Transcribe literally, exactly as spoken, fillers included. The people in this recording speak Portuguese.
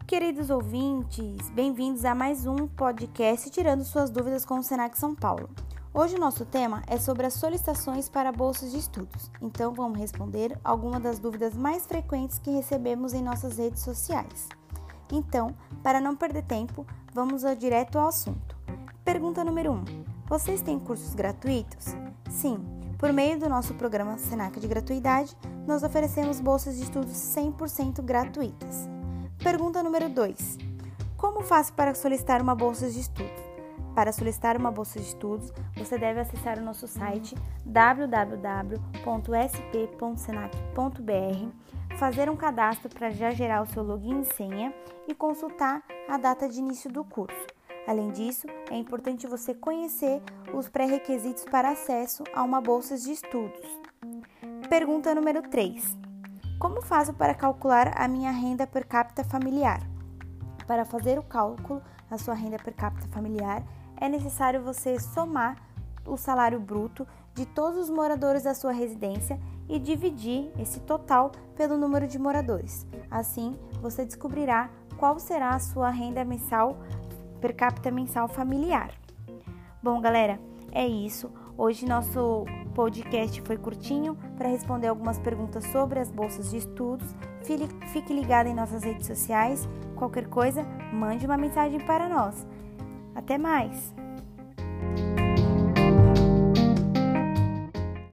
Queridos ouvintes, bem-vindos a mais um podcast Tirando Suas Dúvidas com o Senac São Paulo. Hoje o nosso tema é sobre as solicitações para bolsas de estudos, então vamos responder algumas das dúvidas mais frequentes que recebemos em nossas redes sociais. Então, para não perder tempo, vamos direto ao assunto. Pergunta número um. Vocês têm cursos gratuitos? Sim, por meio do nosso programa Senac de Gratuidade, nós oferecemos bolsas de estudos cem por cento gratuitas. Pergunta número dois. Como faço para solicitar uma bolsa de estudos? Para solicitar uma bolsa de estudos, você deve acessar o nosso site w w w ponto s p ponto senac ponto b r, fazer um cadastro para já gerar o seu login e senha e consultar a data de início do curso. Além disso, é importante você conhecer os pré-requisitos para acesso a uma bolsa de estudos. Pergunta número três. Como faço para calcular a minha renda per capita familiar? Para fazer o cálculo da sua renda per capita familiar, é necessário você somar o salário bruto de todos os moradores da sua residência e dividir esse total pelo número de moradores. Assim, você descobrirá qual será a sua renda mensal per capita mensal familiar. Bom, galera, é isso. Hoje nosso podcast foi curtinho para responder algumas perguntas sobre as bolsas de estudos. Fique ligado em nossas redes sociais. Qualquer coisa, mande uma mensagem para nós. Até mais!